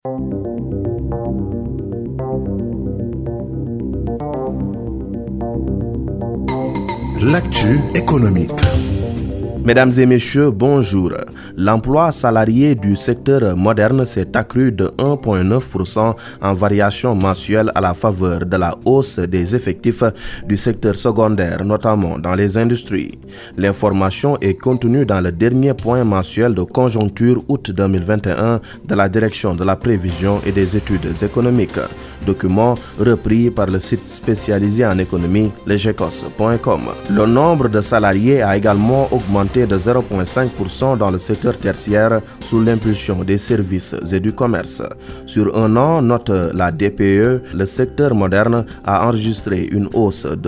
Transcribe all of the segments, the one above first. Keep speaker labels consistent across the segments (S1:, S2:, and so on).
S1: L'actu économique.
S2: Mesdames et messieurs, bonjour. L'emploi salarié du secteur moderne s'est accru de 1,9% en variation mensuelle à la faveur de la hausse des effectifs du secteur secondaire, notamment dans les industries. L'information est contenue dans le dernier point mensuel de conjoncture août 2021 de la Direction de la prévision et des études économiques. Document repris par le site spécialisé en économie, legecos.com. Le nombre de salariés a également augmenté de 0,5% dans le secteur tertiaire sous l'impulsion des services et du commerce. Sur un an, note la DPE, le secteur moderne a enregistré une hausse de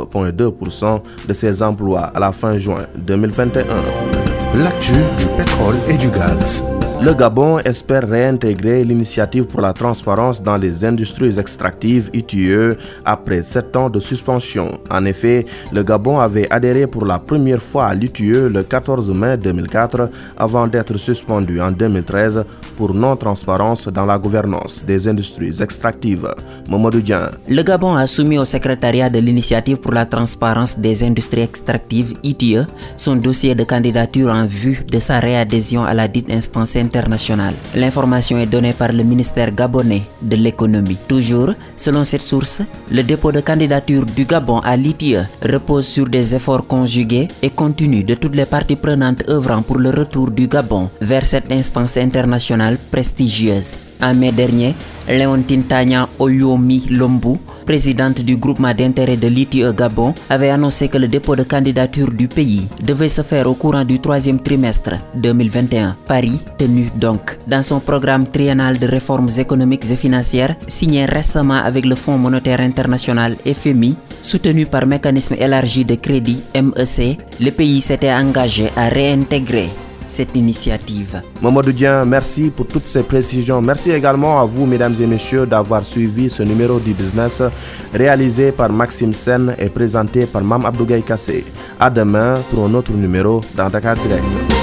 S2: 9,2% de ses emplois à la fin juin 2021.
S1: L'actu du pétrole et du gaz.
S2: Le Gabon espère réintégrer l'initiative pour la transparence dans les industries extractives ITIE après 7 ans de suspension. En effet, le Gabon avait adhéré pour la première fois à l'ITIE le 14 mai 2004 avant d'être suspendu en 2013 pour non-transparence dans la gouvernance des industries extractives. Mamadou Dian.
S3: Le Gabon a soumis au secrétariat de l'initiative pour la transparence des industries extractives ITIE son dossier de candidature en vue de sa réadhésion à la dite instance internationale. L'information est donnée par le ministère gabonais de l'économie. Toujours, selon cette source, le dépôt de candidature du Gabon à l'ITIE repose sur des efforts conjugués et continus de toutes les parties prenantes œuvrant pour le retour du Gabon vers cette instance internationale prestigieuse. En mai dernier, Léontine Tanya Oyomi Lombu, présidente du groupement d'intérêt de l'ITIE Gabon, avait annoncé que le dépôt de candidature du pays devait se faire au courant du 3e trimestre 2021. Paris tenu donc. Dans son programme triennal de réformes économiques et financières, signé récemment avec le Fonds monétaire international FMI, soutenu par mécanisme élargi de crédit MEC, le pays s'était engagé à réintégrer cette initiative.
S2: Mamadou Dian, merci pour toutes ces précisions. Merci également à vous, mesdames et messieurs, d'avoir suivi ce numéro du Business réalisé par Maxime Sen et présenté par Mam Abdougaï Kassé. À demain pour un autre numéro dans Dakar Direct.